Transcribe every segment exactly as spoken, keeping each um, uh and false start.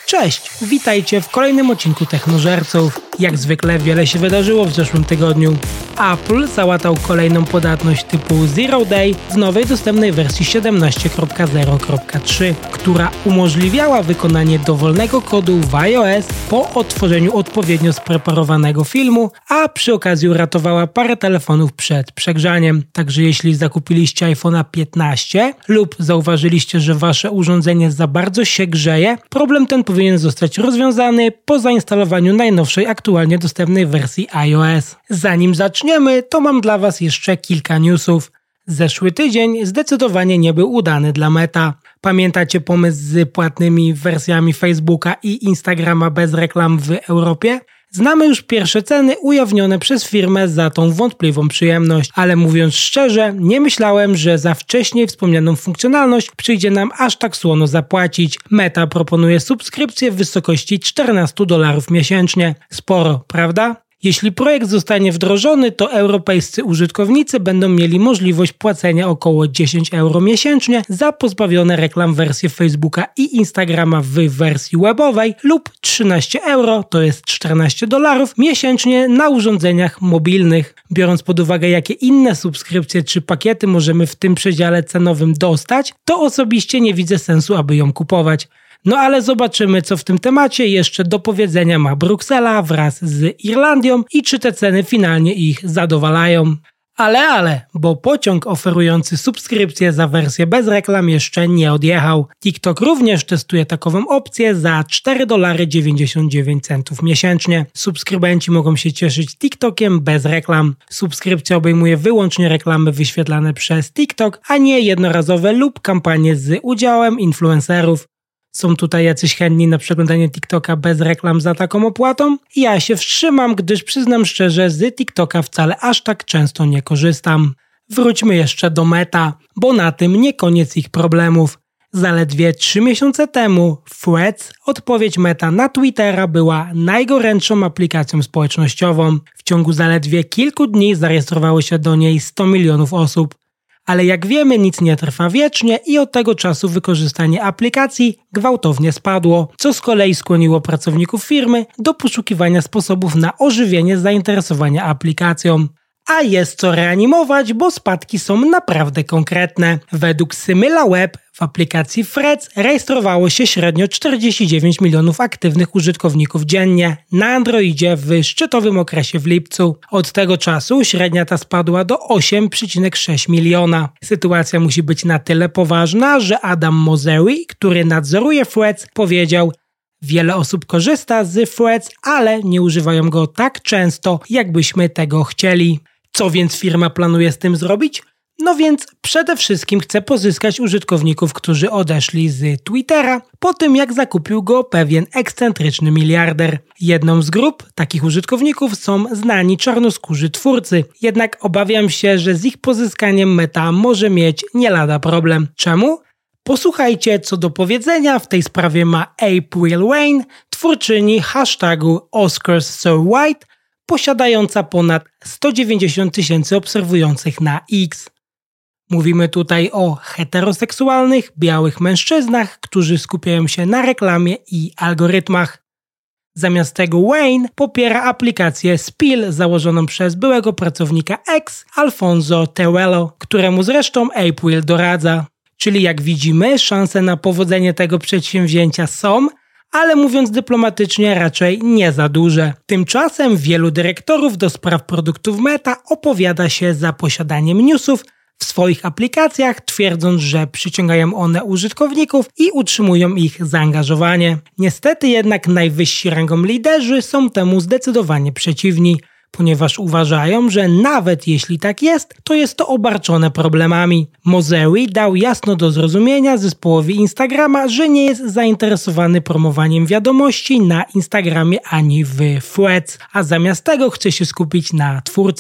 Cześć, witajcie w kolejnym odcinku Technożerców. Jak zwykle wiele się wydarzyło w zeszłym tygodniu. Apple załatał kolejną podatność typu Zero Day w nowej dostępnej wersji siedemnaście kropka zero kropka trzy, która umożliwiała wykonanie dowolnego kodu w iOS po odtworzeniu odpowiednio spreparowanego filmu, a przy okazji uratowała parę telefonów przed przegrzaniem. Także jeśli zakupiliście iPhone'a piętnaście lub zauważyliście, że wasze urządzenie za bardzo się grzeje, problem ten powinien zostać rozwiązany po zainstalowaniu najnowszej aktualnie dostępnej wersji iOS. Zanim zaczniemy, to mam dla was jeszcze kilka newsów. Zeszły tydzień zdecydowanie nie był udany dla Meta. Pamiętacie pomysł z płatnymi wersjami Facebooka i Instagrama bez reklam w Europie? Znamy już pierwsze ceny ujawnione przez firmę za tą wątpliwą przyjemność, ale mówiąc szczerze, nie myślałem, że za wcześniej wspomnianą funkcjonalność przyjdzie nam aż tak słono zapłacić. Meta proponuje subskrypcję w wysokości czternaście dolarów miesięcznie. Sporo, prawda? Jeśli projekt zostanie wdrożony, to europejscy użytkownicy będą mieli możliwość płacenia około dziesięć euro miesięcznie za pozbawione reklam wersje Facebooka i Instagrama w wersji webowej lub trzynaście euro, to jest czternaście dolarów miesięcznie na urządzeniach mobilnych. Biorąc pod uwagę, jakie inne subskrypcje czy pakiety możemy w tym przedziale cenowym dostać, to osobiście nie widzę sensu, aby ją kupować. No ale zobaczymy, co w tym temacie jeszcze do powiedzenia ma Bruksela wraz z Irlandią i czy te ceny finalnie ich zadowalają. Ale, ale, bo pociąg oferujący subskrypcję za wersję bez reklam jeszcze nie odjechał. TikTok również testuje takową opcję za cztery dolary dziewięćdziesiąt dziewięć centów miesięcznie. Subskrybenci mogą się cieszyć TikTokiem bez reklam. Subskrypcja obejmuje wyłącznie reklamy wyświetlane przez TikTok, a nie jednorazowe lub kampanie z udziałem influencerów. Są tutaj jacyś chętni na przeglądanie TikToka bez reklam za taką opłatą? Ja się wstrzymam, gdyż przyznam szczerze, z TikToka wcale aż tak często nie korzystam. Wróćmy jeszcze do Meta, bo na tym nie koniec ich problemów. Zaledwie trzy miesiące temu Threads, odpowiedź Meta na Twittera, była najgorętszą aplikacją społecznościową. W ciągu zaledwie kilku dni zarejestrowało się do niej sto milionów osób. Ale jak wiemy, nic nie trwa wiecznie i od tego czasu wykorzystanie aplikacji gwałtownie spadło, co z kolei skłoniło pracowników firmy do poszukiwania sposobów na ożywienie zainteresowania aplikacją. A jest co reanimować, bo spadki są naprawdę konkretne. Według SimilarWeb w aplikacji Threads rejestrowało się średnio czterdzieści dziewięć milionów aktywnych użytkowników dziennie na Androidzie w szczytowym okresie w lipcu. Od tego czasu średnia ta spadła do osiem przecinek sześć miliona. Sytuacja musi być na tyle poważna, że Adam Mosseri, który nadzoruje Threads, powiedział: wiele osób korzysta z Threads, ale nie używają go tak często, jakbyśmy tego chcieli. Co więc firma planuje z tym zrobić? No więc przede wszystkim chce pozyskać użytkowników, którzy odeszli z Twittera po tym, jak zakupił go pewien ekscentryczny miliarder. Jedną z grup takich użytkowników są znani czarnoskórzy twórcy, jednak obawiam się, że z ich pozyskaniem Meta może mieć nie lada problem. Czemu? Posłuchajcie, co do powiedzenia w tej sprawie ma April Wayne, twórczyni hashtagu Oscars So White, posiadająca ponad sto dziewięćdziesiąt tysięcy obserwujących na X. Mówimy tutaj o heteroseksualnych, białych mężczyznach, którzy skupiają się na reklamie i algorytmach. Zamiast tego Wayne popiera aplikację Spill założoną przez byłego pracownika X, Alfonso Terrello, któremu zresztą April doradza. Czyli jak widzimy, szanse na powodzenie tego przedsięwzięcia są, ale mówiąc dyplomatycznie, raczej nie za duże. Tymczasem wielu dyrektorów do spraw produktów Meta opowiada się za posiadaniem newsów w swoich aplikacjach, twierdząc, że przyciągają one użytkowników i utrzymują ich zaangażowanie. Niestety jednak najwyżsi rangą liderzy są temu zdecydowanie przeciwni, ponieważ uważają, że nawet jeśli tak jest, to jest to obarczone problemami. Mosseri dał jasno do zrozumienia zespołowi Instagrama, że nie jest zainteresowany promowaniem wiadomości na Instagramie ani w Threads, a zamiast tego chce się skupić na twórcach.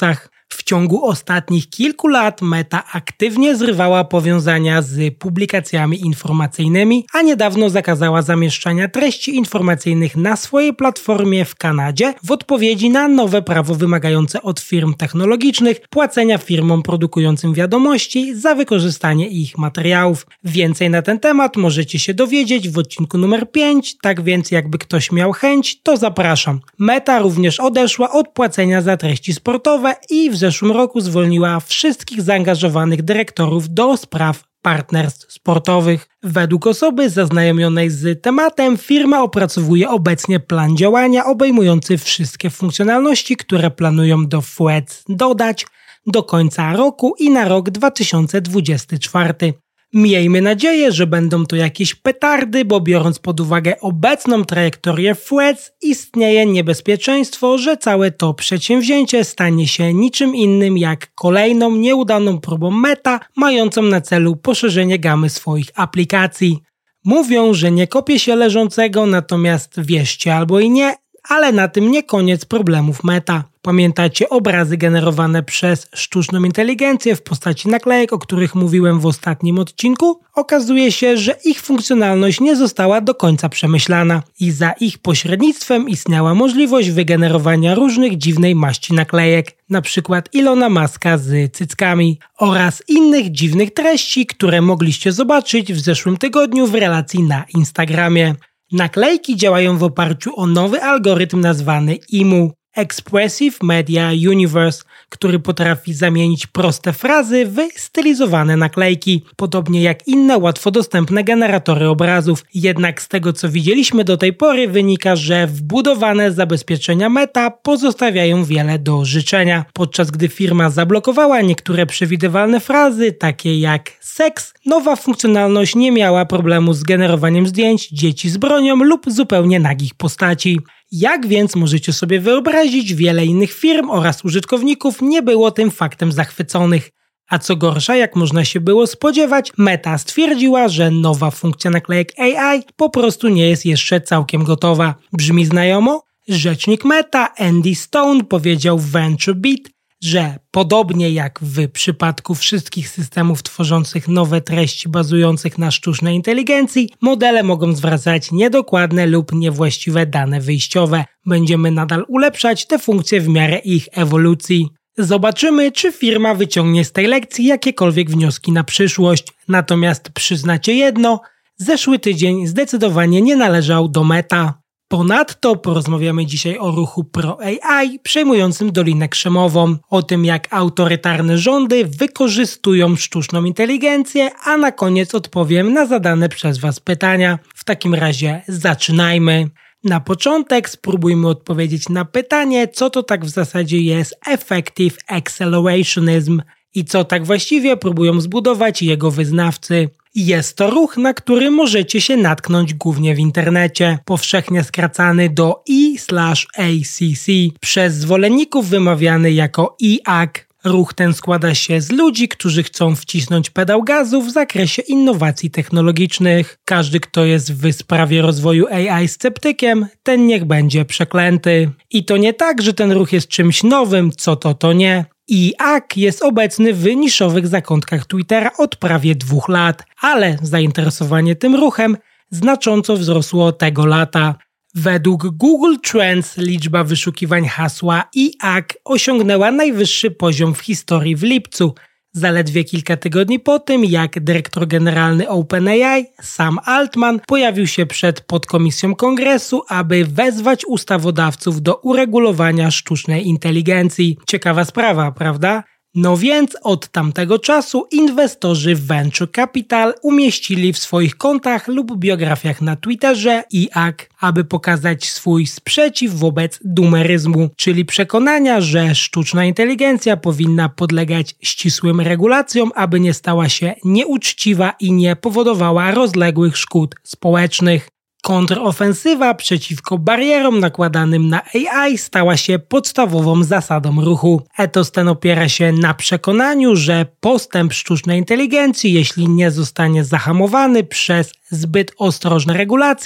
W ciągu ostatnich kilku lat Meta aktywnie zrywała powiązania z publikacjami informacyjnymi, a niedawno zakazała zamieszczania treści informacyjnych na swojej platformie w Kanadzie w odpowiedzi na nowe prawo wymagające od firm technologicznych płacenia firmom produkującym wiadomości za wykorzystanie ich materiałów. Więcej na ten temat możecie się dowiedzieć w odcinku numer pięć, tak więc jakby ktoś miał chęć, to zapraszam. Meta również odeszła od płacenia za treści sportowe i w zeszłym roku zwolniła wszystkich zaangażowanych dyrektorów do spraw partnerstw sportowych. Według osoby zaznajomionej z tematem firma opracowuje obecnie plan działania obejmujący wszystkie funkcjonalności, które planują do Threads dodać do końca roku i na rok dwa tysiące dwudziesty czwarty. Miejmy nadzieję, że będą to jakieś petardy, bo biorąc pod uwagę obecną trajektorię Threads, istnieje niebezpieczeństwo, że całe to przedsięwzięcie stanie się niczym innym jak kolejną nieudaną próbą Meta, mającą na celu poszerzenie gamy swoich aplikacji. Mówią, że nie kopie się leżącego, natomiast wierzcie albo i nie, ale na tym nie koniec problemów Meta. Pamiętacie obrazy generowane przez sztuczną inteligencję w postaci naklejek, o których mówiłem w ostatnim odcinku? Okazuje się, że ich funkcjonalność nie została do końca przemyślana i za ich pośrednictwem istniała możliwość wygenerowania różnych dziwnej maści naklejek, na przykład Ilona Muska z cyckami oraz innych dziwnych treści, które mogliście zobaczyć w zeszłym tygodniu w relacji na Instagramie. Naklejki działają w oparciu o nowy algorytm nazwany I M U, Expressive Media Universe, który potrafi zamienić proste frazy w stylizowane naklejki, podobnie jak inne łatwo dostępne generatory obrazów. Jednak z tego co widzieliśmy do tej pory wynika, że wbudowane zabezpieczenia Meta pozostawiają wiele do życzenia. Podczas gdy firma zablokowała niektóre przewidywalne frazy, takie jak seks, nowa funkcjonalność nie miała problemu z generowaniem zdjęć dzieci z bronią lub zupełnie nagich postaci. Jak więc możecie sobie wyobrazić, wiele innych firm oraz użytkowników nie było tym faktem zachwyconych. A co gorsza, jak można się było spodziewać, Meta stwierdziła, że nowa funkcja naklejek A I po prostu nie jest jeszcze całkiem gotowa. Brzmi znajomo? Rzecznik Meta Andy Stone powiedział w VentureBeat, że podobnie jak w przypadku wszystkich systemów tworzących nowe treści bazujących na sztucznej inteligencji, modele mogą zwracać niedokładne lub niewłaściwe dane wyjściowe. Będziemy nadal ulepszać te funkcje w miarę ich ewolucji. Zobaczymy, czy firma wyciągnie z tej lekcji jakiekolwiek wnioski na przyszłość. Natomiast przyznacie jedno, zeszły tydzień zdecydowanie nie należał do Meta. Ponadto porozmawiamy dzisiaj o ruchu Pro A I przejmującym Dolinę Krzemową, o tym jak autorytarne rządy wykorzystują sztuczną inteligencję, a na koniec odpowiem na zadane przez Was pytania. W takim razie zaczynajmy. Na początek spróbujmy odpowiedzieć na pytanie, co to tak w zasadzie jest Effective Accelerationism i co tak właściwie próbują zbudować jego wyznawcy. Jest to ruch, na który możecie się natknąć głównie w internecie, powszechnie skracany do E A C C, przez zwolenników wymawiany jako E A C. Ruch ten składa się z ludzi, którzy chcą wcisnąć pedał gazu w zakresie innowacji technologicznych. Każdy, kto jest w sprawie rozwoju A I sceptykiem, ten niech będzie przeklęty. I to nie tak, że ten ruch jest czymś nowym, co to to nie. E A C jest obecny w niszowych zakątkach Twittera od prawie dwóch lat, ale zainteresowanie tym ruchem znacząco wzrosło tego lata. Według Google Trends liczba wyszukiwań hasła E A C osiągnęła najwyższy poziom w historii w lipcu, zaledwie kilka tygodni po tym, jak dyrektor generalny OpenAI, Sam Altman, pojawił się przed podkomisją kongresu, aby wezwać ustawodawców do uregulowania sztucznej inteligencji. Ciekawa sprawa, prawda? No więc od tamtego czasu inwestorzy Venture Capital umieścili w swoich kontach lub biografiach na Twitterze E A C, aby pokazać swój sprzeciw wobec doomeryzmu, czyli przekonania, że sztuczna inteligencja powinna podlegać ścisłym regulacjom, aby nie stała się nieuczciwa i nie powodowała rozległych szkód społecznych. Kontrofensywa przeciwko barierom nakładanym na A I stała się podstawową zasadą ruchu. Etos ten opiera się na przekonaniu, że postęp sztucznej inteligencji, jeśli nie zostanie zahamowany przez zbyt ostrożne regulacje,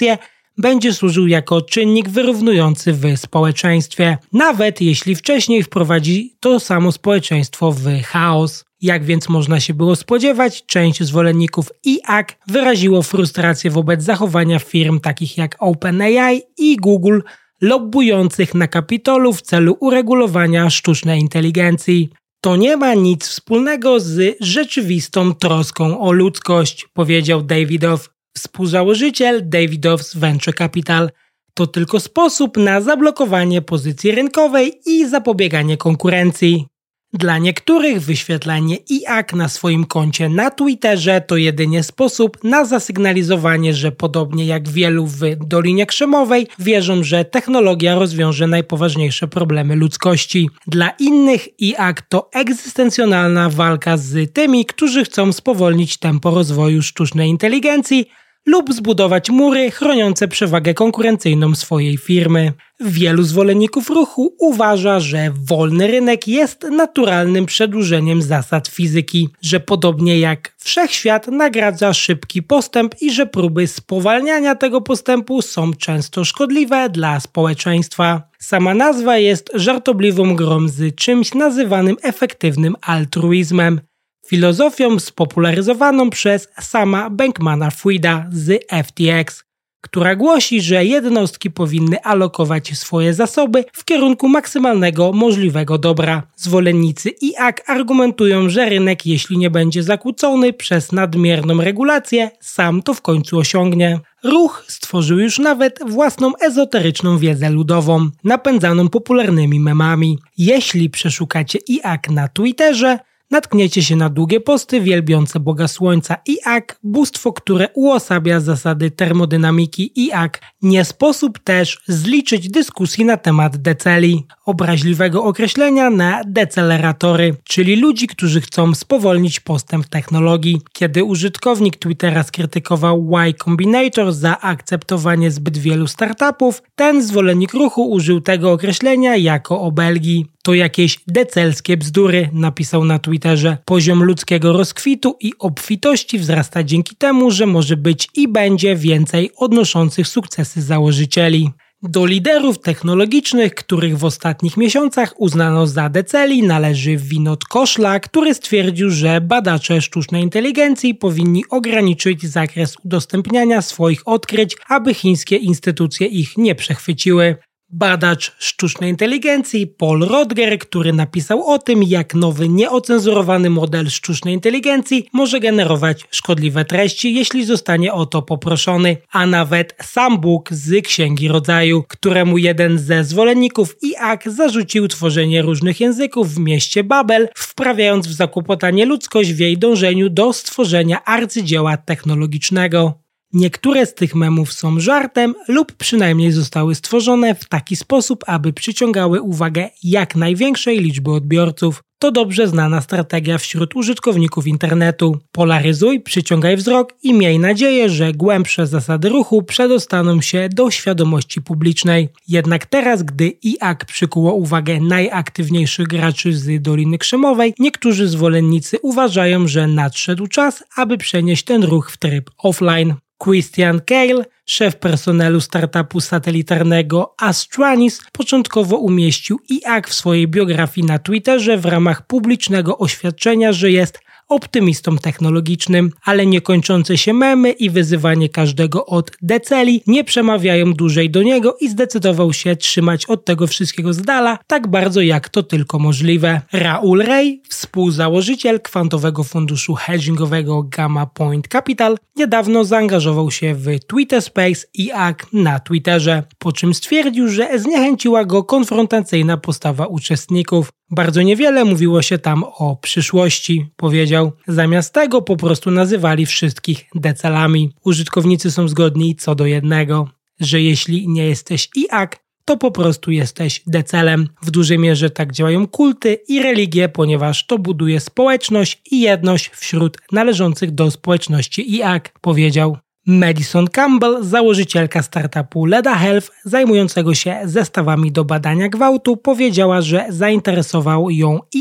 będzie służył jako czynnik wyrównujący w społeczeństwie, nawet jeśli wcześniej wprowadzi to samo społeczeństwo w chaos. Jak więc można się było spodziewać, część zwolenników I A K wyraziło frustrację wobec zachowania firm takich jak OpenAI i Google, lobbujących na Kapitolu w celu uregulowania sztucznej inteligencji. To nie ma nic wspólnego z rzeczywistą troską o ludzkość, powiedział Davidoff, współzałożyciel Davidoff's Venture Capital. To tylko sposób na zablokowanie pozycji rynkowej i zapobieganie konkurencji. Dla niektórych wyświetlanie I A K na swoim koncie na Twitterze to jedynie sposób na zasygnalizowanie, że podobnie jak wielu w Dolinie Krzemowej wierzą, że technologia rozwiąże najpoważniejsze problemy ludzkości. Dla innych I A K to egzystencjonalna walka z tymi, którzy chcą spowolnić tempo rozwoju sztucznej inteligencji lub zbudować mury chroniące przewagę konkurencyjną swojej firmy. Wielu zwolenników ruchu uważa, że wolny rynek jest naturalnym przedłużeniem zasad fizyki, że podobnie jak wszechświat nagradza szybki postęp i że próby spowalniania tego postępu są często szkodliwe dla społeczeństwa. Sama nazwa jest żartobliwą grą z czymś nazywanym efektywnym altruizmem. Filozofią spopularyzowaną przez sama Bankmana-Frieda z F T X, która głosi, że jednostki powinny alokować swoje zasoby w kierunku maksymalnego możliwego dobra. Zwolennicy I A K argumentują, że rynek, jeśli nie będzie zakłócony przez nadmierną regulację, sam to w końcu osiągnie. Ruch stworzył już nawet własną ezoteryczną wiedzę ludową, napędzaną popularnymi memami. Jeśli przeszukacie I A K na Twitterze, natkniecie się na długie posty wielbiące Boga Słońca I A K, bóstwo, które uosabia zasady termodynamiki I A K. Nie sposób też zliczyć dyskusji na temat deceli, obraźliwego określenia na deceleratory, czyli ludzi, którzy chcą spowolnić postęp technologii. Kiedy użytkownik Twittera skrytykował Y Combinator za akceptowanie zbyt wielu startupów, ten zwolennik ruchu użył tego określenia jako obelgi. To jakieś decelskie bzdury, napisał na Twitterze. Poziom ludzkiego rozkwitu i obfitości wzrasta dzięki temu, że może być i będzie więcej odnoszących sukcesy założycieli. Do liderów technologicznych, których w ostatnich miesiącach uznano za deceli, należy Vinod Khosla, który stwierdził, że badacze sztucznej inteligencji powinni ograniczyć zakres udostępniania swoich odkryć, aby chińskie instytucje ich nie przechwyciły. Badacz sztucznej inteligencji Paul Rodger, który napisał o tym, jak nowy nieocenzurowany model sztucznej inteligencji może generować szkodliwe treści, jeśli zostanie o to poproszony, a nawet sam Bóg z Księgi Rodzaju, któremu jeden ze zwolenników I A K zarzucił tworzenie różnych języków w mieście Babel, wprawiając w zakłopotanie ludzkość w jej dążeniu do stworzenia arcydzieła technologicznego. Niektóre z tych memów są żartem lub przynajmniej zostały stworzone w taki sposób, aby przyciągały uwagę jak największej liczby odbiorców. To dobrze znana strategia wśród użytkowników internetu. Polaryzuj, przyciągaj wzrok i miej nadzieję, że głębsze zasady ruchu przedostaną się do świadomości publicznej. Jednak teraz, gdy I A K przykuło uwagę najaktywniejszych graczy z Doliny Krzemowej, niektórzy zwolennicy uważają, że nadszedł czas, aby przenieść ten ruch w tryb offline. Christian Kale, szef personelu startupu satelitarnego Astranis, początkowo umieścił I A K w swojej biografii na Twitterze w ramach publicznego oświadczenia, że jest optymistą technologicznym, ale niekończące się memy i wyzywanie każdego od deceli nie przemawiają dłużej do niego i zdecydował się trzymać od tego wszystkiego z dala tak bardzo jak to tylko możliwe. Raul Ray, współzałożyciel kwantowego funduszu hedgingowego Gamma Point Capital, niedawno zaangażował się w Twitter Space I A K na Twitterze, po czym stwierdził, że zniechęciła go konfrontacyjna postawa uczestników. Bardzo niewiele mówiło się tam o przyszłości, powiedział. Zamiast tego po prostu nazywali wszystkich decelami. Użytkownicy są zgodni co do jednego, że jeśli nie jesteś I A K, to po prostu jesteś decelem. W dużej mierze tak działają kulty i religie, ponieważ to buduje społeczność i jedność wśród należących do społeczności I A K, powiedział. Madison Campbell, założycielka startupu Leda Health zajmującego się zestawami do badania gwałtu, powiedziała, że zainteresował ją I A K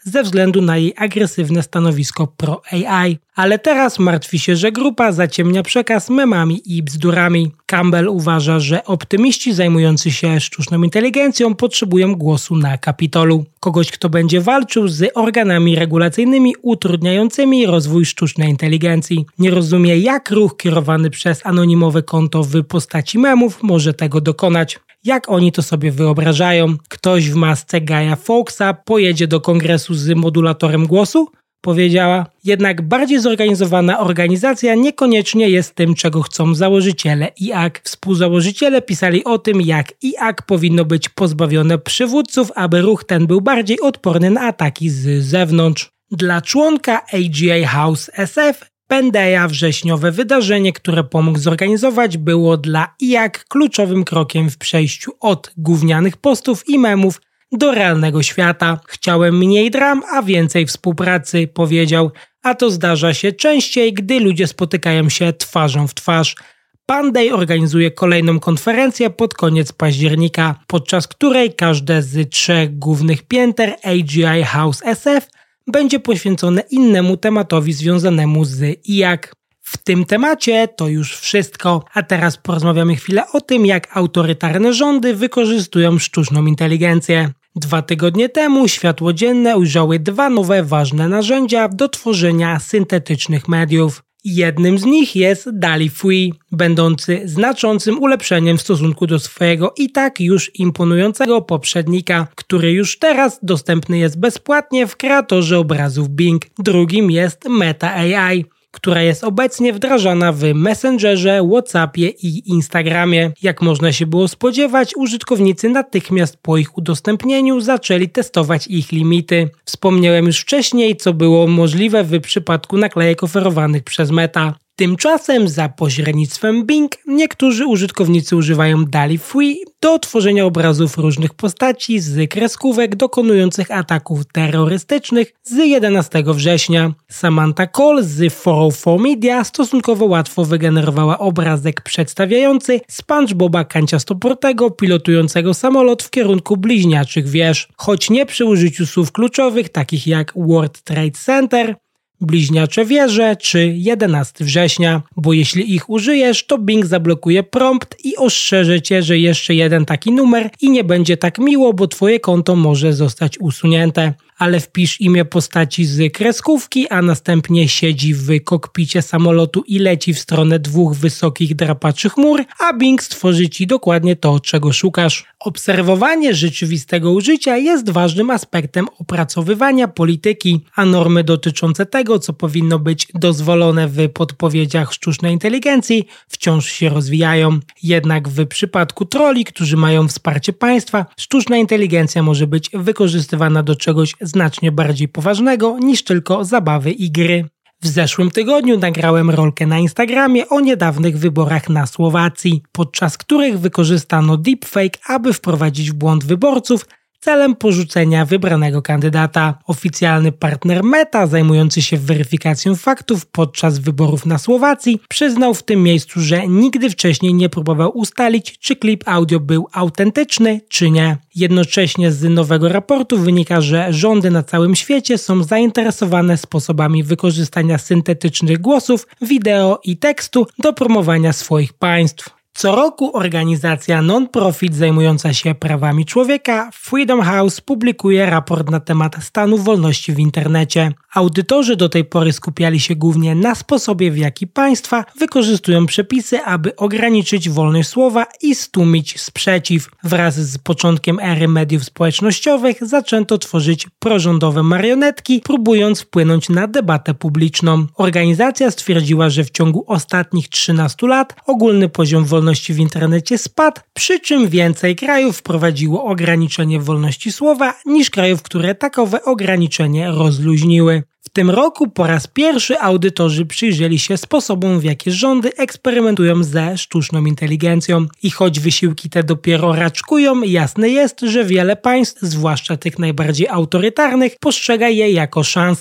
ze względu na jej agresywne stanowisko pro-A I. Ale teraz martwi się, że grupa zaciemnia przekaz memami i bzdurami. Campbell uważa, że optymiści zajmujący się sztuczną inteligencją potrzebują głosu na Kapitolu. Kogoś, kto będzie walczył z organami regulacyjnymi utrudniającymi rozwój sztucznej inteligencji. Nie rozumie, jak ruch kierowany przez anonimowe konto w postaci memów może tego dokonać. Jak oni to sobie wyobrażają? Ktoś w masce Guya Fawkesa pojedzie do kongresu z modulatorem głosu? Powiedziała. Jednak bardziej zorganizowana organizacja niekoniecznie jest tym, czego chcą założyciele I A C. Współzałożyciele pisali o tym, jak I A C powinno być pozbawione przywódców, aby ruch ten był bardziej odporny na ataki z zewnątrz. Dla członka A G A House S F Pendeya wrześniowe wydarzenie, które pomógł zorganizować, było dla I A C kluczowym krokiem w przejściu od gównianych postów i memów do realnego świata. Chciałem mniej dram, a więcej współpracy, powiedział, a to zdarza się częściej, gdy ludzie spotykają się twarzą w twarz. Pendeya organizuje kolejną konferencję pod koniec października, podczas której każde z trzech głównych pięter A G A House S F będzie poświęcone innemu tematowi związanemu z I A C. W tym temacie to już wszystko, a teraz porozmawiamy chwilę o tym, jak autorytarne rządy wykorzystują sztuczną inteligencję. Dwa tygodnie temu światło dzienne ujrzały dwa nowe ważne narzędzia do tworzenia syntetycznych mediów. Jednym z nich jest DALL-E trzy, będący znaczącym ulepszeniem w stosunku do swojego i tak już imponującego poprzednika, który już teraz dostępny jest bezpłatnie w kreatorze obrazów Bing. Drugim jest Meta A I, która jest obecnie wdrażana w Messengerze, WhatsAppie i Instagramie. Jak można się było spodziewać, użytkownicy natychmiast po ich udostępnieniu zaczęli testować ich limity. Wspomniałem już wcześniej, co było możliwe w przypadku naklejek oferowanych przez Meta. Tymczasem za pośrednictwem Bing niektórzy użytkownicy używają DALL-E trzy do tworzenia obrazów różnych postaci z kreskówek dokonujących ataków terrorystycznych z jedenastego września. Samantha Cole z czterysta zero cztery Media stosunkowo łatwo wygenerowała obrazek przedstawiający SpongeBoba kanciastoportego pilotującego samolot w kierunku bliźniaczych wież, choć nie przy użyciu słów kluczowych takich jak World Trade Center, bliźniacze wieże czy jedenastego września, bo jeśli ich użyjesz, to Bing zablokuje prompt i ostrzeże cię, że jeszcze jeden taki numer i nie będzie tak miło, bo twoje konto może zostać usunięte. Ale wpisz imię postaci z kreskówki, a następnie siedzi w kokpicie samolotu i leci w stronę dwóch wysokich drapaczy chmur, a Bing stworzy ci dokładnie to, czego szukasz. Obserwowanie rzeczywistego użycia jest ważnym aspektem opracowywania polityki, a normy dotyczące tego, co powinno być dozwolone w podpowiedziach sztucznej inteligencji, wciąż się rozwijają. Jednak w przypadku trolli, którzy mają wsparcie państwa, sztuczna inteligencja może być wykorzystywana do czegoś znacznie bardziej poważnego niż tylko zabawy i gry. W zeszłym tygodniu nagrałem rolkę na Instagramie o niedawnych wyborach na Słowacji, podczas których wykorzystano deepfake, aby wprowadzić w błąd wyborców celem porzucenia wybranego kandydata. Oficjalny partner Meta, zajmujący się weryfikacją faktów podczas wyborów na Słowacji, przyznał w tym miejscu, że nigdy wcześniej nie próbował ustalić, czy klip audio był autentyczny, czy nie. Jednocześnie z nowego raportu wynika, że rządy na całym świecie są zainteresowane sposobami wykorzystania syntetycznych głosów, wideo i tekstu do promowania swoich państw. Co roku organizacja non-profit zajmująca się prawami człowieka Freedom House publikuje raport na temat stanu wolności w internecie. Audytorzy do tej pory skupiali się głównie na sposobie, w jaki państwa wykorzystują przepisy, aby ograniczyć wolność słowa i stłumić sprzeciw. Wraz z początkiem ery mediów społecznościowych zaczęto tworzyć prorządowe marionetki, próbując wpłynąć na debatę publiczną. Organizacja stwierdziła, że w ciągu ostatnich trzynastu lat ogólny poziom wolności w internecie spadł, przy czym więcej krajów wprowadziło ograniczenie wolności słowa niż krajów, które takowe ograniczenie rozluźniły. W tym roku po raz pierwszy audytorzy przyjrzeli się sposobom, w jaki rządy eksperymentują ze sztuczną inteligencją. I choć wysiłki te dopiero raczkują, jasne jest, że wiele państw, zwłaszcza tych najbardziej autorytarnych, postrzega je jako szansę.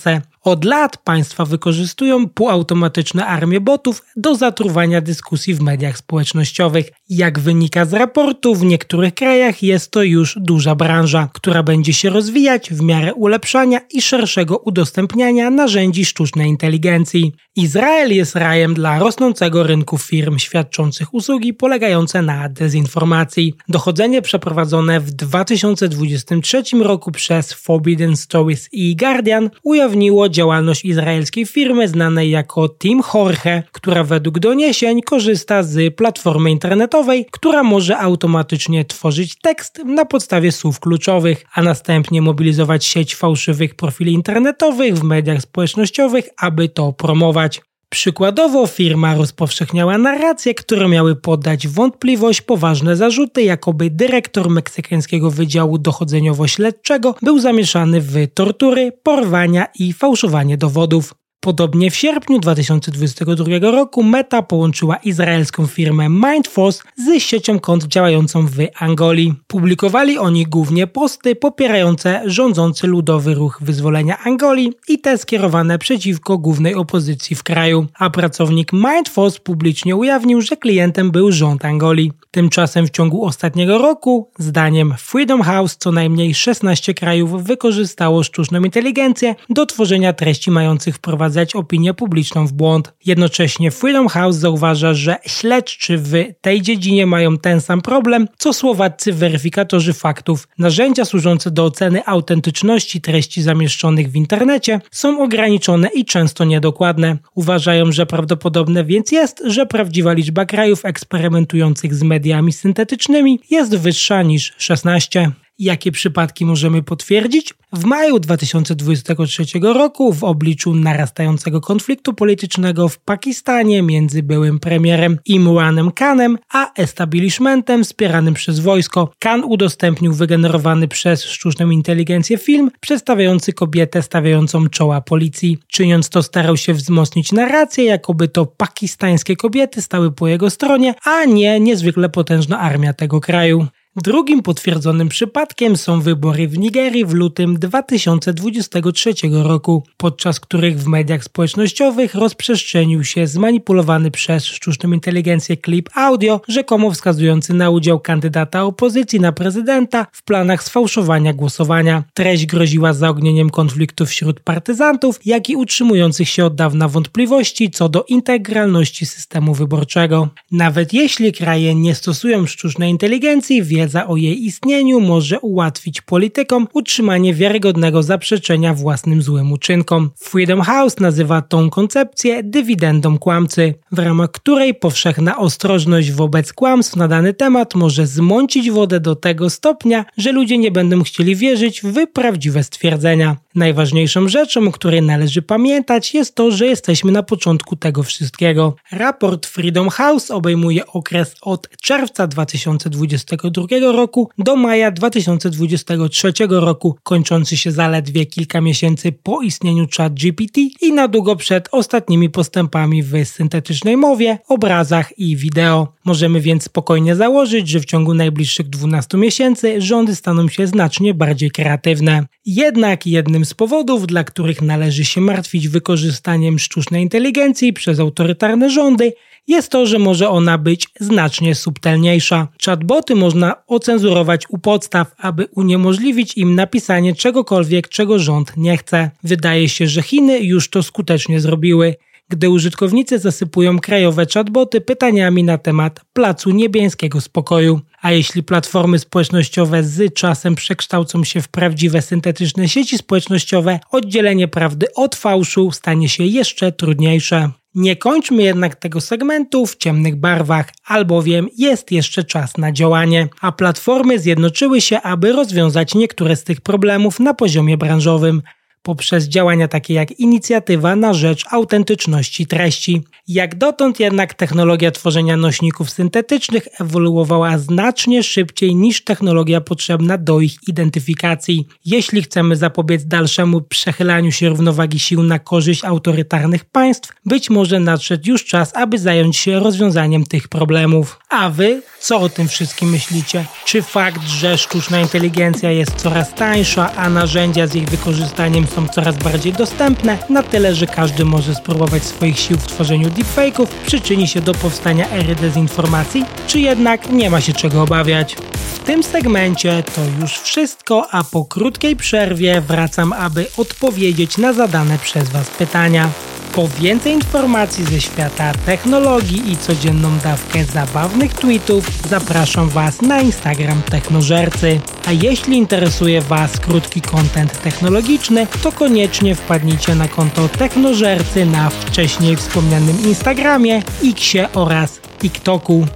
Od lat państwa wykorzystują półautomatyczne armie botów do zatruwania dyskusji w mediach społecznościowych. Jak wynika z raportu, w niektórych krajach jest to już duża branża, która będzie się rozwijać w miarę ulepszania i szerszego udostępniania narzędzi sztucznej inteligencji. Izrael jest rajem dla rosnącego rynku firm świadczących usługi polegające na dezinformacji. Dochodzenie przeprowadzone w dwa tysiące dwudziestym trzecim roku przez Forbidden Stories i Guardian ujawniło działalność izraelskiej firmy znanej jako Team Jorge, która według doniesień korzysta z platformy internetowej, która może automatycznie tworzyć tekst na podstawie słów kluczowych, a następnie mobilizować sieć fałszywych profili internetowych w mediach społecznościowych, aby to promować. Przykładowo firma rozpowszechniała narracje, które miały poddać w wątpliwość poważne zarzuty, jakoby dyrektor meksykańskiego Wydziału Dochodzeniowo-Śledczego był zamieszany w tortury, porwania i fałszowanie dowodów. Podobnie w sierpniu dwa tysiące dwudziestego drugiego roku Meta połączyła izraelską firmę Mindforce z siecią kont działającą w Angolii. Publikowali oni głównie posty popierające rządzący Ludowy Ruch Wyzwolenia Angolii i te skierowane przeciwko głównej opozycji w kraju, a pracownik Mindforce publicznie ujawnił, że klientem był rząd Angolii. Tymczasem w ciągu ostatniego roku, zdaniem Freedom House, co najmniej szesnaście krajów wykorzystało sztuczną inteligencję do tworzenia treści mających wprowadzać opinię publiczną w błąd. Jednocześnie Freedom House zauważa, że śledczy w tej dziedzinie mają ten sam problem, co słowaccy weryfikatorzy faktów. Narzędzia służące do oceny autentyczności treści zamieszczonych w internecie są ograniczone i często niedokładne. Uważają, że prawdopodobne więc jest, że prawdziwa liczba krajów eksperymentujących z mediami syntetycznymi jest wyższa niż szesnaście. Jakie przypadki możemy potwierdzić? W maju dwa tysiące dwudziestego trzeciego roku w obliczu narastającego konfliktu politycznego w Pakistanie między byłym premierem Imranem Khanem a establishmentem wspieranym przez wojsko, Khan udostępnił wygenerowany przez sztuczną inteligencję film przedstawiający kobietę stawiającą czoła policji. Czyniąc to, starał się wzmocnić narrację, jakoby to pakistańskie kobiety stały po jego stronie, a nie niezwykle potężna armia tego kraju. Drugim potwierdzonym przypadkiem są wybory w Nigerii w lutym dwa tysiące dwudziestego trzeciego roku, podczas których w mediach społecznościowych rozprzestrzenił się zmanipulowany przez sztuczną inteligencję klip audio, rzekomo wskazujący na udział kandydata opozycji na prezydenta w planach sfałszowania głosowania. Treść groziła zaognieniem konfliktów wśród partyzantów, jak i utrzymujących się od dawna wątpliwości co do integralności systemu wyborczego. Nawet jeśli kraje nie stosują sztucznej inteligencji, wie Wiedza o jej istnieniu może ułatwić politykom utrzymanie wiarygodnego zaprzeczenia własnym złym uczynkom. Freedom House nazywa tą koncepcję dywidendą kłamcy, w ramach której powszechna ostrożność wobec kłamstw na dany temat może zmącić wodę do tego stopnia, że ludzie nie będą chcieli wierzyć w prawdziwe stwierdzenia. Najważniejszą rzeczą, o której należy pamiętać, jest to, że jesteśmy na początku tego wszystkiego. Raport Freedom House obejmuje okres od czerwca dwa tysiące dwudziestego drugiego roku do maja dwa tysiące dwudziestego trzeciego roku, kończący się zaledwie kilka miesięcy po istnieniu ChatGPT i na długo przed ostatnimi postępami w syntetycznej mowie, obrazach i wideo. Możemy więc spokojnie założyć, że w ciągu najbliższych dwunastu miesięcy rządy staną się znacznie bardziej kreatywne. Jednak jednym z powodów, dla których należy się martwić wykorzystaniem sztucznej inteligencji przez autorytarne rządy, jest to, że może ona być znacznie subtelniejsza. Chatboty można ocenzurować u podstaw, aby uniemożliwić im napisanie czegokolwiek, czego rząd nie chce. Wydaje się, że Chiny już to skutecznie zrobiły, gdy użytkownicy zasypują krajowe chatboty pytaniami na temat Placu Niebiańskiego Spokoju. A jeśli platformy społecznościowe z czasem przekształcą się w prawdziwe syntetyczne sieci społecznościowe, oddzielenie prawdy od fałszu stanie się jeszcze trudniejsze. Nie kończmy jednak tego segmentu w ciemnych barwach, albowiem jest jeszcze czas na działanie, a platformy zjednoczyły się, aby rozwiązać niektóre z tych problemów na poziomie branżowym, poprzez działania takie jak inicjatywa na rzecz autentyczności treści. Jak dotąd jednak technologia tworzenia nośników syntetycznych ewoluowała znacznie szybciej niż technologia potrzebna do ich identyfikacji. Jeśli chcemy zapobiec dalszemu przechylaniu się równowagi sił na korzyść autorytarnych państw, być może nadszedł już czas, aby zająć się rozwiązaniem tych problemów. A wy, co o tym wszystkim myślicie? Czy fakt, że sztuczna inteligencja jest coraz tańsza, a narzędzia z ich wykorzystaniem są coraz bardziej dostępne, na tyle, że każdy może spróbować swoich sił w tworzeniu deepfake'ów, przyczyni się do powstania ery dezinformacji, czy jednak nie ma się czego obawiać. W tym segmencie to już wszystko, a po krótkiej przerwie wracam, aby odpowiedzieć na zadane przez Was pytania. Po więcej informacji ze świata technologii i codzienną dawkę zabawnych tweetów zapraszam Was na Instagram Technożercy. A jeśli interesuje Was krótki content technologiczny, to koniecznie wpadnijcie na konto Technożercy na wcześniej wspomnianym Instagramie, Xie oraz TikToku.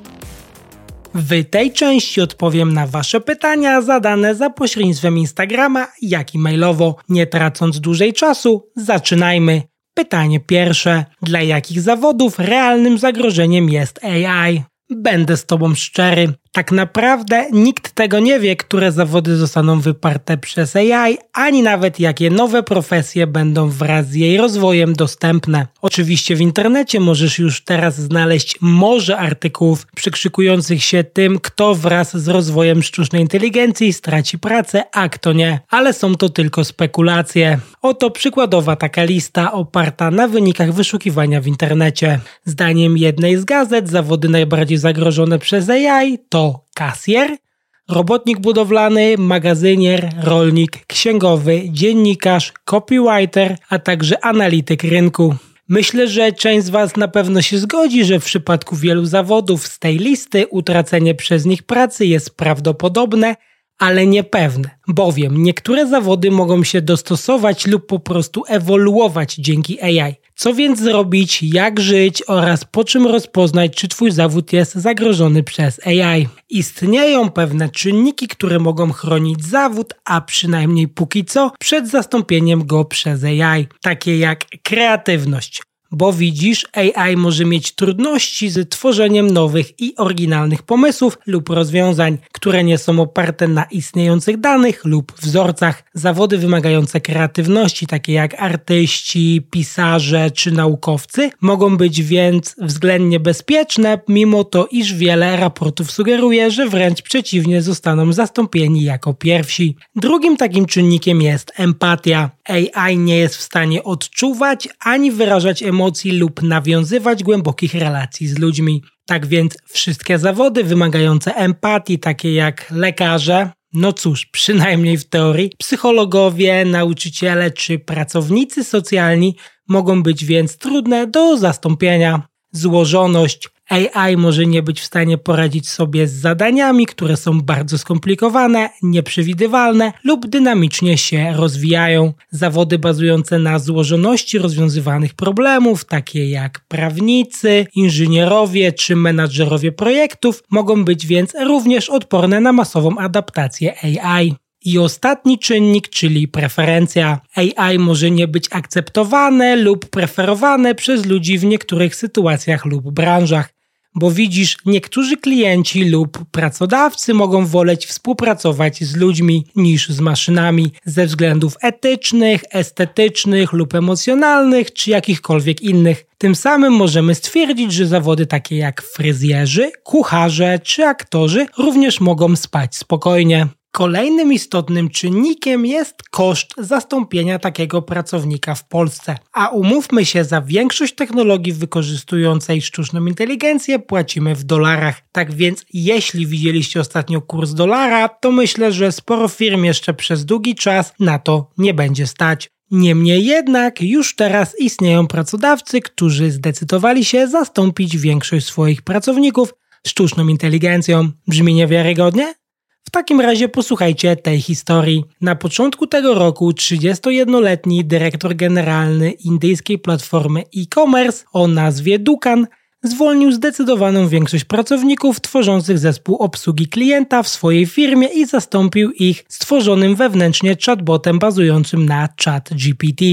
W tej części odpowiem na Wasze pytania zadane za pośrednictwem Instagrama, jak i mailowo. Nie tracąc dłużej czasu, zaczynajmy. Pytanie pierwsze. Dla jakich zawodów realnym zagrożeniem jest A I? Będę z Tobą szczery. Tak naprawdę nikt tego nie wie, które zawody zostaną wyparte przez A I, ani nawet jakie nowe profesje będą wraz z jej rozwojem dostępne. Oczywiście w internecie możesz już teraz znaleźć morze artykułów przykrzykujących się tym, kto wraz z rozwojem sztucznej inteligencji straci pracę, a kto nie. Ale są to tylko spekulacje. Oto przykładowa taka lista oparta na wynikach wyszukiwania w internecie. Zdaniem jednej z gazet zawody najbardziej zagrożone przez A I to kasjer, robotnik budowlany, magazynier, rolnik, księgowy, dziennikarz, copywriter, a także analityk rynku. Myślę, że część z Was na pewno się zgodzi, że w przypadku wielu zawodów z tej listy utracenie przez nich pracy jest prawdopodobne, ale niepewne, bowiem niektóre zawody mogą się dostosować lub po prostu ewoluować dzięki A I. Co więc zrobić, jak żyć oraz po czym rozpoznać, czy Twój zawód jest zagrożony przez A I? Istnieją pewne czynniki, które mogą chronić zawód, a przynajmniej póki co, przed zastąpieniem go przez A I, takie jak kreatywność. Bo widzisz, A I może mieć trudności z tworzeniem nowych i oryginalnych pomysłów lub rozwiązań, które nie są oparte na istniejących danych lub wzorcach. Zawody wymagające kreatywności, takie jak artyści, pisarze czy naukowcy, mogą być więc względnie bezpieczne, mimo to, iż wiele raportów sugeruje, że wręcz przeciwnie, zostaną zastąpieni jako pierwsi. Drugim takim czynnikiem jest empatia. A I nie jest w stanie odczuwać ani wyrażać emocji lub nawiązywać głębokich relacji z ludźmi. Tak więc wszystkie zawody wymagające empatii, takie jak lekarze, no cóż, przynajmniej w teorii, psychologowie, nauczyciele czy pracownicy socjalni mogą być więc trudne do zastąpienia. Złożoność. A I może nie być w stanie poradzić sobie z zadaniami, które są bardzo skomplikowane, nieprzewidywalne lub dynamicznie się rozwijają. Zawody bazujące na złożoności rozwiązywanych problemów, takie jak prawnicy, inżynierowie czy menadżerowie projektów, mogą być więc również odporne na masową adaptację A I. I ostatni czynnik, czyli preferencja. A I może nie być akceptowane lub preferowane przez ludzi w niektórych sytuacjach lub branżach. Bo widzisz, niektórzy klienci lub pracodawcy mogą woleć współpracować z ludźmi niż z maszynami ze względów etycznych, estetycznych lub emocjonalnych czy jakichkolwiek innych. Tym samym możemy stwierdzić, że zawody takie jak fryzjerzy, kucharze czy aktorzy również mogą spać spokojnie. Kolejnym istotnym czynnikiem jest koszt zastąpienia takiego pracownika w Polsce. A umówmy się, za większość technologii wykorzystującej sztuczną inteligencję płacimy w dolarach. Tak więc jeśli widzieliście ostatnio kurs dolara, to myślę, że sporo firm jeszcze przez długi czas na to nie będzie stać. Niemniej jednak już teraz istnieją pracodawcy, którzy zdecydowali się zastąpić większość swoich pracowników sztuczną inteligencją. Brzmi niewiarygodnie? W takim razie posłuchajcie tej historii. Na początku tego roku trzydziestojednoletni dyrektor generalny indyjskiej platformy e-commerce o nazwie Dukan zwolnił zdecydowaną większość pracowników tworzących zespół obsługi klienta w swojej firmie i zastąpił ich stworzonym wewnętrznie chatbotem bazującym na ChatGPT.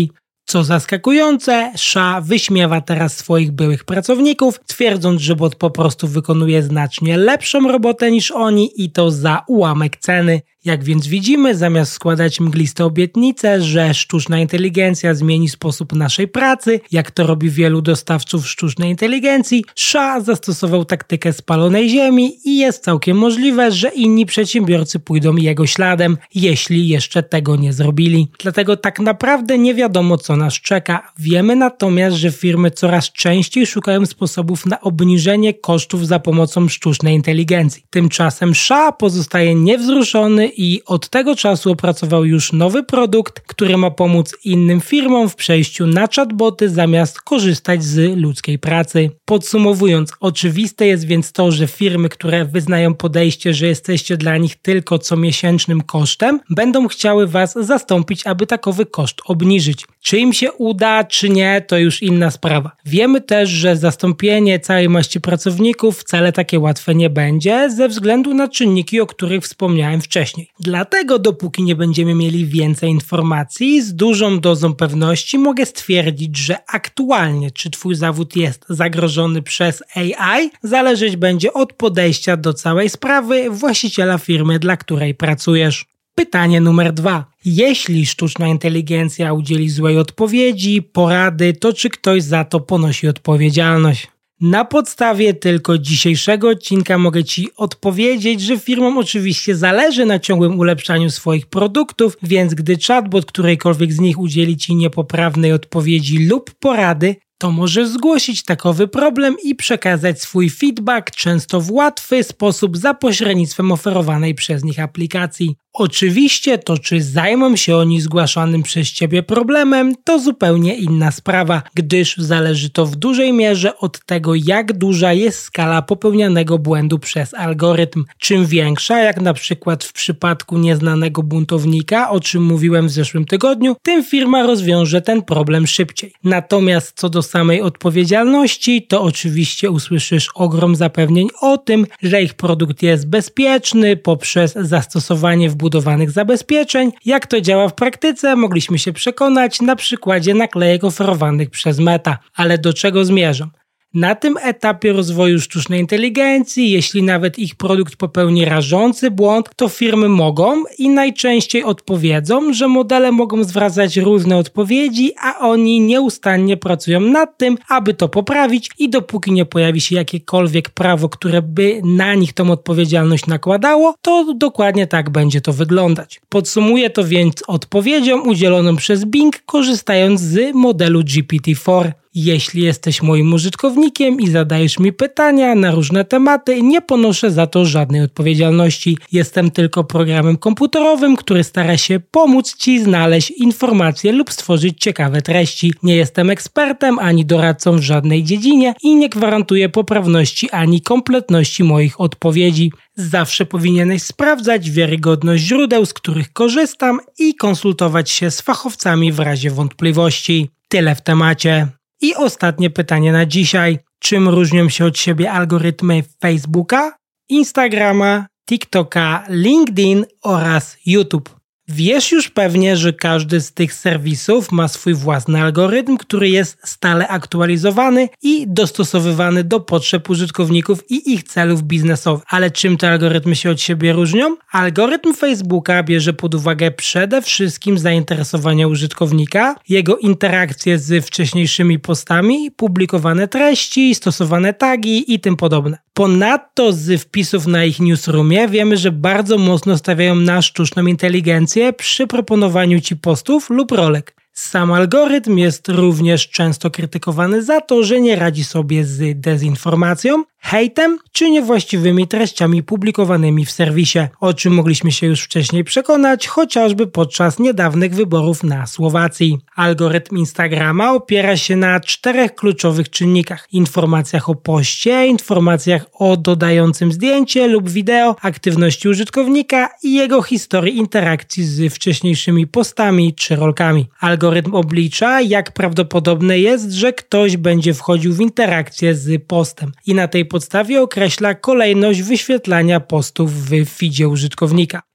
Co zaskakujące, S Z A wyśmiewa teraz swoich byłych pracowników, twierdząc, że bot po prostu wykonuje znacznie lepszą robotę niż oni i to za ułamek ceny. Jak więc widzimy, zamiast składać mgliste obietnice, że sztuczna inteligencja zmieni sposób naszej pracy, jak to robi wielu dostawców sztucznej inteligencji, S Z A zastosował taktykę spalonej ziemi i jest całkiem możliwe, że inni przedsiębiorcy pójdą jego śladem, jeśli jeszcze tego nie zrobili. Dlatego tak naprawdę nie wiadomo, co nas czeka. Wiemy natomiast, że firmy coraz częściej szukają sposobów na obniżenie kosztów za pomocą sztucznej inteligencji. Tymczasem S Z A pozostaje niewzruszony i od tego czasu opracował już nowy produkt, który ma pomóc innym firmom w przejściu na chatboty zamiast korzystać z ludzkiej pracy. Podsumowując, oczywiste jest więc to, że firmy, które wyznają podejście, że jesteście dla nich tylko comiesięcznym kosztem, będą chciały Was zastąpić, aby takowy koszt obniżyć. Czy im się uda, czy nie, to już inna sprawa. Wiemy też, że zastąpienie całej maści pracowników wcale takie łatwe nie będzie, ze względu na czynniki, o których wspomniałem wcześniej. Dlatego dopóki nie będziemy mieli więcej informacji, z dużą dozą pewności mogę stwierdzić, że aktualnie czy Twój zawód jest zagrożony przez A I, zależeć będzie od podejścia do całej sprawy właściciela firmy, dla której pracujesz. Pytanie numer dwa. Jeśli sztuczna inteligencja udzieli złej odpowiedzi, porady, to czy ktoś za to ponosi odpowiedzialność? Na podstawie tylko dzisiejszego odcinka mogę Ci odpowiedzieć, że firmom oczywiście zależy na ciągłym ulepszaniu swoich produktów, więc gdy chatbot którejkolwiek z nich udzieli Ci niepoprawnej odpowiedzi lub porady, to możesz zgłosić takowy problem i przekazać swój feedback często w łatwy sposób za pośrednictwem oferowanej przez nich aplikacji. Oczywiście to, czy zajmą się oni zgłaszanym przez Ciebie problemem, to zupełnie inna sprawa, gdyż zależy to w dużej mierze od tego, jak duża jest skala popełnianego błędu przez algorytm. Czym większa, jak na przykład w przypadku nieznanego buntownika, o czym mówiłem w zeszłym tygodniu, tym firma rozwiąże ten problem szybciej. Natomiast co do samej odpowiedzialności, to oczywiście usłyszysz ogrom zapewnień o tym, że ich produkt jest bezpieczny poprzez zastosowanie wbudowanych zabezpieczeń. Jak to działa w praktyce, mogliśmy się przekonać na przykładzie naklejek oferowanych przez Meta. Ale do czego zmierzam? Na tym etapie rozwoju sztucznej inteligencji, jeśli nawet ich produkt popełni rażący błąd, to firmy mogą i najczęściej odpowiedzą, że modele mogą zwracać różne odpowiedzi, a oni nieustannie pracują nad tym, aby to poprawić i dopóki nie pojawi się jakiekolwiek prawo, które by na nich tą odpowiedzialność nakładało, to dokładnie tak będzie to wyglądać. Podsumuję to więc odpowiedzią udzieloną przez Bing, korzystając z modelu G P T cztery. Jeśli jesteś moim użytkownikiem i zadajesz mi pytania na różne tematy, nie ponoszę za to żadnej odpowiedzialności. Jestem tylko programem komputerowym, który stara się pomóc Ci znaleźć informacje lub stworzyć ciekawe treści. Nie jestem ekspertem ani doradcą w żadnej dziedzinie i nie gwarantuję poprawności ani kompletności moich odpowiedzi. Zawsze powinieneś sprawdzać wiarygodność źródeł, z których korzystam i konsultować się z fachowcami w razie wątpliwości. Tyle w temacie. I ostatnie pytanie na dzisiaj. Czym różnią się od siebie algorytmy Facebooka, Instagrama, TikToka, LinkedIn oraz YouTube? Wiesz już pewnie, że każdy z tych serwisów ma swój własny algorytm, który jest stale aktualizowany i dostosowywany do potrzeb użytkowników i ich celów biznesowych. Ale czym te algorytmy się od siebie różnią? Algorytm Facebooka bierze pod uwagę przede wszystkim zainteresowania użytkownika, jego interakcje z wcześniejszymi postami, publikowane treści, stosowane tagi i tym podobne. Ponadto z wpisów na ich newsroomie wiemy, że bardzo mocno stawiają na sztuczną inteligencję przy proponowaniu Ci postów lub rolek. Sam algorytm jest również często krytykowany za to, że nie radzi sobie z dezinformacją, hejtem czy niewłaściwymi treściami publikowanymi w serwisie, o czym mogliśmy się już wcześniej przekonać, chociażby podczas niedawnych wyborów na Słowacji. Algorytm Instagrama opiera się na czterech kluczowych czynnikach: informacjach o poście, informacjach o dodającym zdjęcie lub wideo, aktywności użytkownika i jego historii interakcji z wcześniejszymi postami czy rolkami. Algorytm oblicza, jak prawdopodobne jest, że ktoś będzie wchodził w interakcję z postem i na tej podstawie określa kolejność wyświetlania postów w feedzie użytkownika.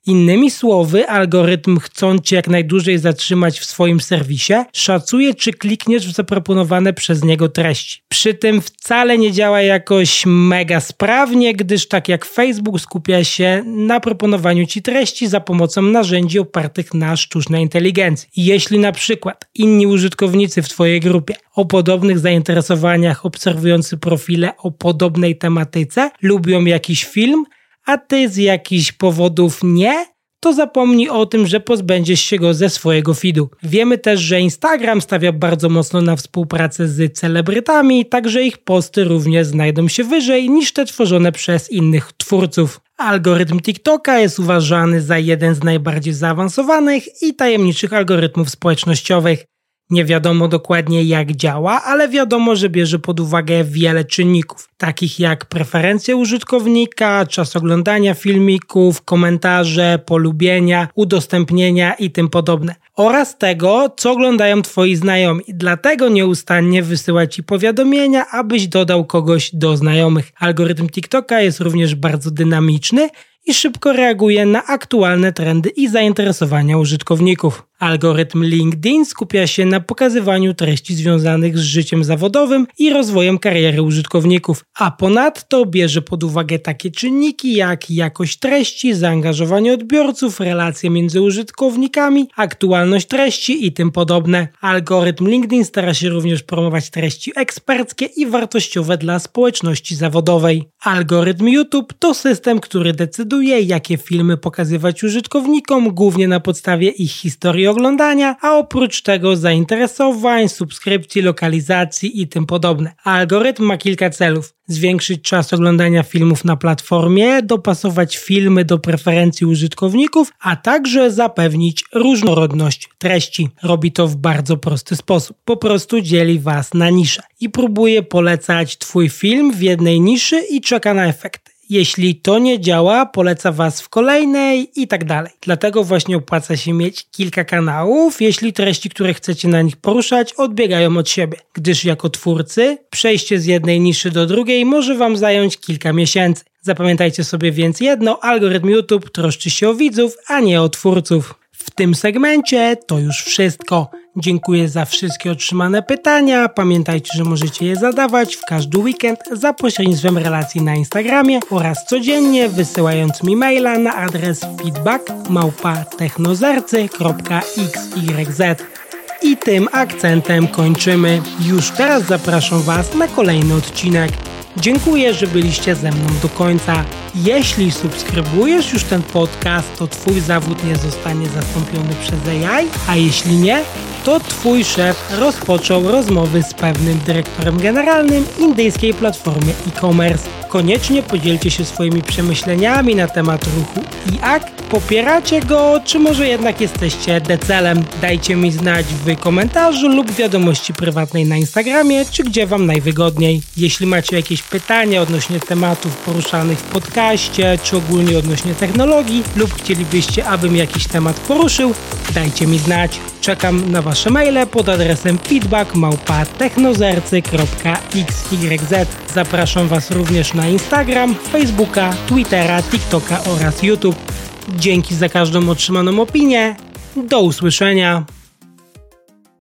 Innymi słowy, algorytm, chcąc cię jak najdłużej zatrzymać w swoim serwisie, szacuje, czy klikniesz w zaproponowane przez niego treści. Przy tym wcale nie działa jakoś mega sprawnie, gdyż tak jak Facebook skupia się na proponowaniu ci treści za pomocą narzędzi opartych na sztucznej inteligencji. I jeśli na przykład inni użytkownicy w twojej grupie o podobnych zainteresowaniach, obserwujący profile o podobnej tematyce, lubią jakiś film, a ty z jakichś powodów nie, to zapomnij o tym, że pozbędziesz się go ze swojego feedu. Wiemy też, że Instagram stawia bardzo mocno na współpracę z celebrytami, także ich posty również znajdą się wyżej niż te tworzone przez innych twórców. Algorytm TikToka jest uważany za jeden z najbardziej zaawansowanych i tajemniczych algorytmów społecznościowych. Nie wiadomo dokładnie jak działa, ale wiadomo, że bierze pod uwagę wiele czynników, takich jak preferencje użytkownika, czas oglądania filmików, komentarze, polubienia, udostępnienia i tym podobne. Oraz tego, co oglądają twoi znajomi. Dlatego nieustannie wysyła ci powiadomienia, abyś dodał kogoś do znajomych. Algorytm TikToka jest również bardzo dynamiczny i szybko reaguje na aktualne trendy i zainteresowania użytkowników. Algorytm LinkedIn skupia się na pokazywaniu treści związanych z życiem zawodowym i rozwojem kariery użytkowników, a ponadto bierze pod uwagę takie czynniki jak jakość treści, zaangażowanie odbiorców, relacje między użytkownikami, aktualność treści i tym podobne. Algorytm LinkedIn stara się również promować treści eksperckie i wartościowe dla społeczności zawodowej. Algorytm YouTube to system, który decyduje, jakie filmy pokazywać użytkownikom, głównie na podstawie ich historii oglądania, a oprócz tego zainteresowań, subskrypcji, lokalizacji i tym podobne. Algorytm ma kilka celów. Zwiększyć czas oglądania filmów na platformie, dopasować filmy do preferencji użytkowników, a także zapewnić różnorodność treści. Robi to w bardzo prosty sposób. Po prostu dzieli was na nisze i próbuje polecać twój film w jednej niszy i czeka na efekty. Jeśli to nie działa, poleca was w kolejnej i tak dalej. Dlatego właśnie opłaca się mieć kilka kanałów, jeśli treści, które chcecie na nich poruszać, odbiegają od siebie. Gdyż jako twórcy przejście z jednej niszy do drugiej może wam zająć kilka miesięcy. Zapamiętajcie sobie więc jedno, algorytm YouTube troszczy się o widzów, a nie o twórców. W tym segmencie to już wszystko. Dziękuję za wszystkie otrzymane pytania. Pamiętajcie, że możecie je zadawać w każdy weekend za pośrednictwem relacji na Instagramie oraz codziennie wysyłając mi maila na adres feedback małpa technozercy kropka x y z. I tym akcentem kończymy. Już teraz zapraszam was na kolejny odcinek. Dziękuję, że byliście ze mną do końca. Jeśli subskrybujesz już ten podcast, to twój zawód nie zostanie zastąpiony przez A I, a jeśli nie, to twój szef rozpoczął rozmowy z pewnym dyrektorem generalnym indyjskiej platformy e-commerce. Koniecznie podzielcie się swoimi przemyśleniami na temat ruchu I A K. Popieracie go, czy może jednak jesteście decelem? Dajcie mi znać w komentarzu lub wiadomości prywatnej na Instagramie, czy gdzie wam najwygodniej. Jeśli macie jakieś pytania odnośnie tematów poruszanych w podcaście, czy ogólnie odnośnie technologii, lub chcielibyście, abym jakiś temat poruszył, dajcie mi znać. Czekam na wasze maile pod adresem feedback małpa technozercy kropka x y z. Zapraszam was również na Instagram, Facebooka, Twittera, TikToka oraz YouTube. Dzięki za każdą otrzymaną opinię. Do usłyszenia.